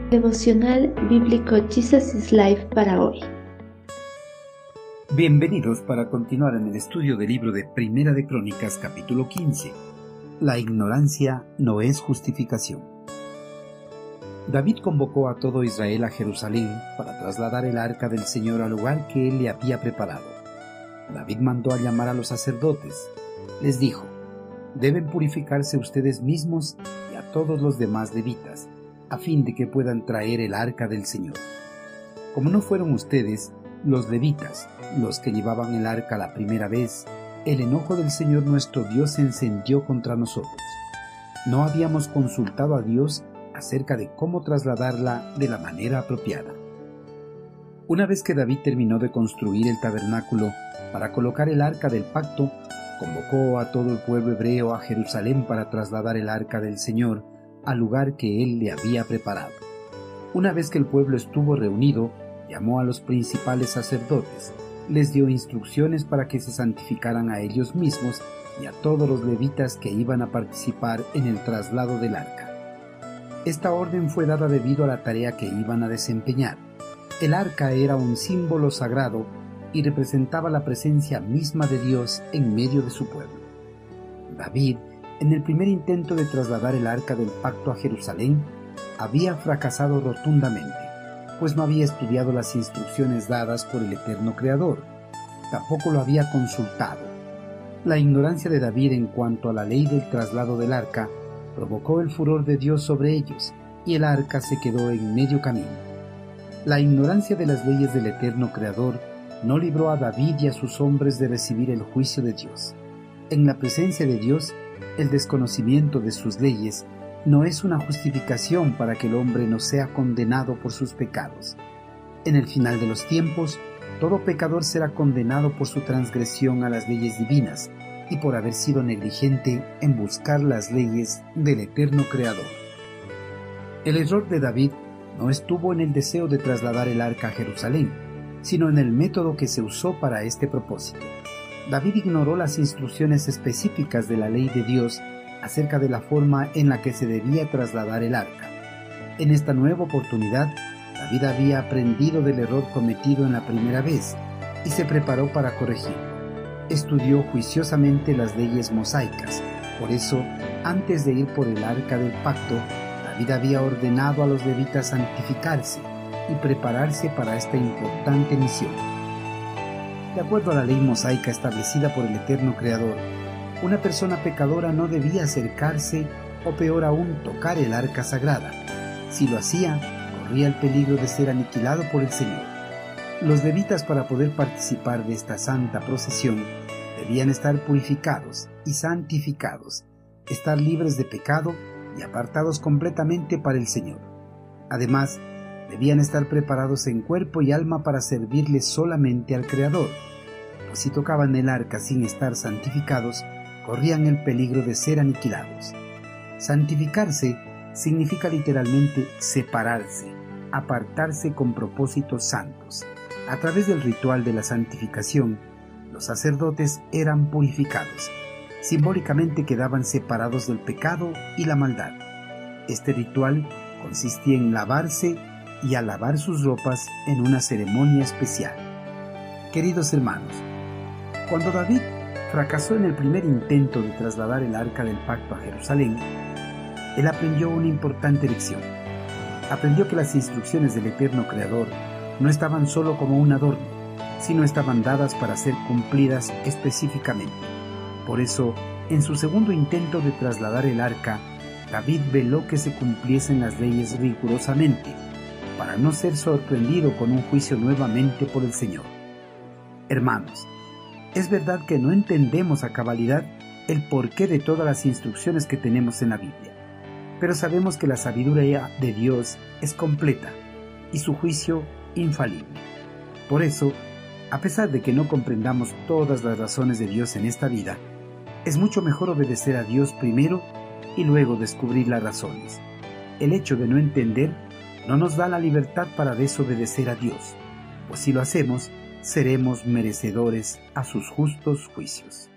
Devocional bíblico Jesus is Life para hoy. Bienvenidos para continuar en el estudio del libro de Primera de Crónicas, capítulo 15. La ignorancia no es justificación. David convocó a todo Israel a Jerusalén para trasladar el arca del Señor al lugar que él le había preparado. David mandó a llamar a los sacerdotes. Les dijo: deben purificarse ustedes mismos y a todos los demás levitas, a fin de que puedan traer el arca del Señor. Como no fueron ustedes, los levitas, los que llevaban el arca la primera vez, el enojo del Señor nuestro Dios se encendió contra nosotros. No habíamos consultado a Dios acerca de cómo trasladarla de la manera apropiada. Una vez que David terminó de construir el tabernáculo para colocar el arca del pacto, convocó a todo el pueblo hebreo a Jerusalén para trasladar el arca del Señor al lugar que él le había preparado. Una vez que el pueblo estuvo reunido, llamó a los principales sacerdotes, les dio instrucciones para que se santificaran a ellos mismos y a todos los levitas que iban a participar en el traslado del arca. Esta orden fue dada debido a la tarea que iban a desempeñar. El arca era un símbolo sagrado y representaba la presencia misma de Dios en medio de su pueblo. David, en el primer intento de trasladar el arca del pacto a Jerusalén, había fracasado rotundamente, pues no había estudiado las instrucciones dadas por el eterno Creador. Tampoco lo había consultado. La ignorancia de David en cuanto a la ley del traslado del arca provocó el furor de Dios sobre ellos, y el arca se quedó en medio camino. La ignorancia de las leyes del eterno Creador no libró a David y a sus hombres de recibir el juicio de Dios. En la presencia de Dios, el desconocimiento de sus leyes no es una justificación para que el hombre no sea condenado por sus pecados. En el final de los tiempos, todo pecador será condenado por su transgresión a las leyes divinas y por haber sido negligente en buscar las leyes del eterno Creador. El error de David no estuvo en el deseo de trasladar el arca a Jerusalén, sino en el método que se usó para este propósito. David ignoró las instrucciones específicas de la ley de Dios acerca de la forma en la que se debía trasladar el arca. En esta nueva oportunidad, David había aprendido del error cometido en la primera vez y se preparó para corregirlo. Estudió juiciosamente las leyes mosaicas. Por eso, antes de ir por el arca del pacto, David había ordenado a los levitas santificarse y prepararse para esta importante misión. De acuerdo a la ley mosaica establecida por el eterno Creador, una persona pecadora no debía acercarse o peor aún tocar el arca sagrada. Si lo hacía, corría el peligro de ser aniquilado por el Señor. Los levitas, para poder participar de esta santa procesión, debían estar purificados y santificados, estar libres de pecado y apartados completamente para el Señor. Además, debían estar preparados en cuerpo y alma para servirle solamente al Creador, pues si tocaban el arca sin estar santificados, corrían el peligro de ser aniquilados. Santificarse significa literalmente separarse, apartarse con propósitos santos. A través del ritual de la santificación, los sacerdotes eran purificados. Simbólicamente quedaban separados del pecado y la maldad. Este ritual consistía en lavarse y a lavar sus ropas en una ceremonia especial. Queridos hermanos, cuando David fracasó en el primer intento de trasladar el arca del pacto a Jerusalén, él aprendió una importante lección. Aprendió que las instrucciones del eterno Creador no estaban solo como un adorno, sino estaban dadas para ser cumplidas específicamente. Por eso, en su segundo intento de trasladar el arca, David veló que se cumpliesen las leyes rigurosamente, para no ser sorprendido con un juicio nuevamente por el Señor. Hermanos, es verdad que no entendemos a cabalidad el porqué de todas las instrucciones que tenemos en la Biblia, pero sabemos que la sabiduría de Dios es completa y su juicio infalible. Por eso, a pesar de que no comprendamos todas las razones de Dios en esta vida, es mucho mejor obedecer a Dios primero y luego descubrir las razones. El hecho de no entender no nos da la libertad para desobedecer a Dios, pues si lo hacemos, seremos merecedores a sus justos juicios.